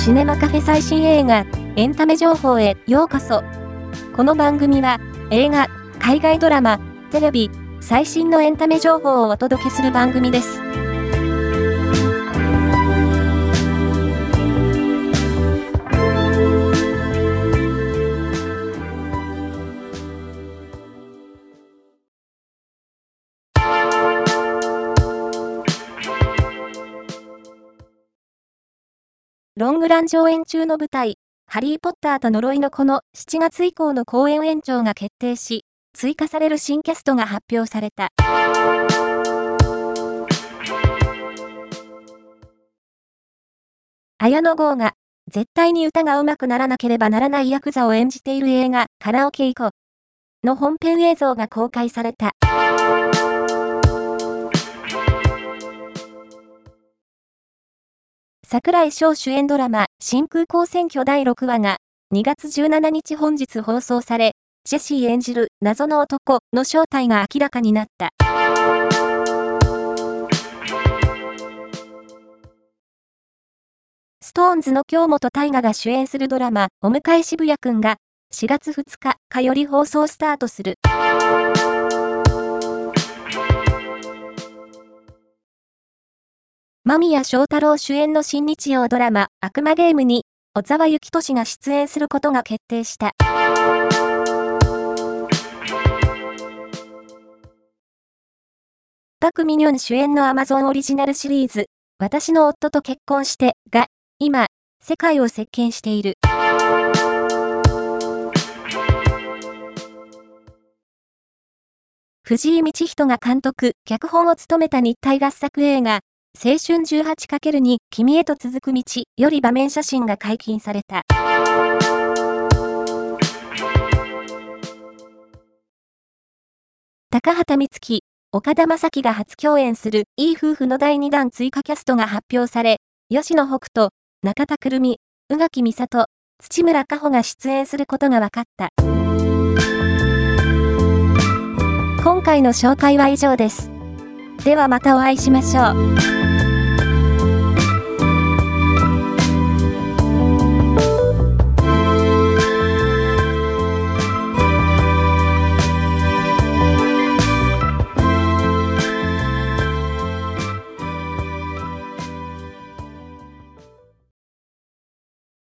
シネマカフェ最新映画、エンタメ情報へようこそ。この番組は、映画、海外ドラマ、テレビ、最新のエンタメ情報をお届けする番組です。ロングラン上演中の舞台、ハリー・ポッターと呪いの子の7月以降の公演延長が決定し、追加される新キャストが発表された。綾野剛が、絶対に歌が上手くならなければならないヤクザを演じている映画、カラオケ行こうの本編映像が公開された。櫻井翔主演ドラマ、新空港選挙第6話が、2月17日本日放送され、ジェシー演じる謎の男の正体が明らかになった。ストーンズの京本大我が主演するドラマ、お迎え渋谷くんが、4月2日より放送スタートする。間宮祥太朗主演の新日曜ドラマ、悪魔ゲームに、小沢幸俊が出演することが決定した。パク・ミニョン主演の Amazon オリジナルシリーズ、私の夫と結婚してが、今、世界を席巻している。藤井道人が監督、脚本を務めた日体合作映画、青春 18×2 君へと続く道より場面写真が解禁された。高畑充希、岡田将生が初共演するいい夫婦の第2弾追加キャストが発表され、吉野北人、中田くるみ、宇垣美里、土村佳穂が出演することが分かった。今回の紹介は以上です。ではまたお会いしましょう。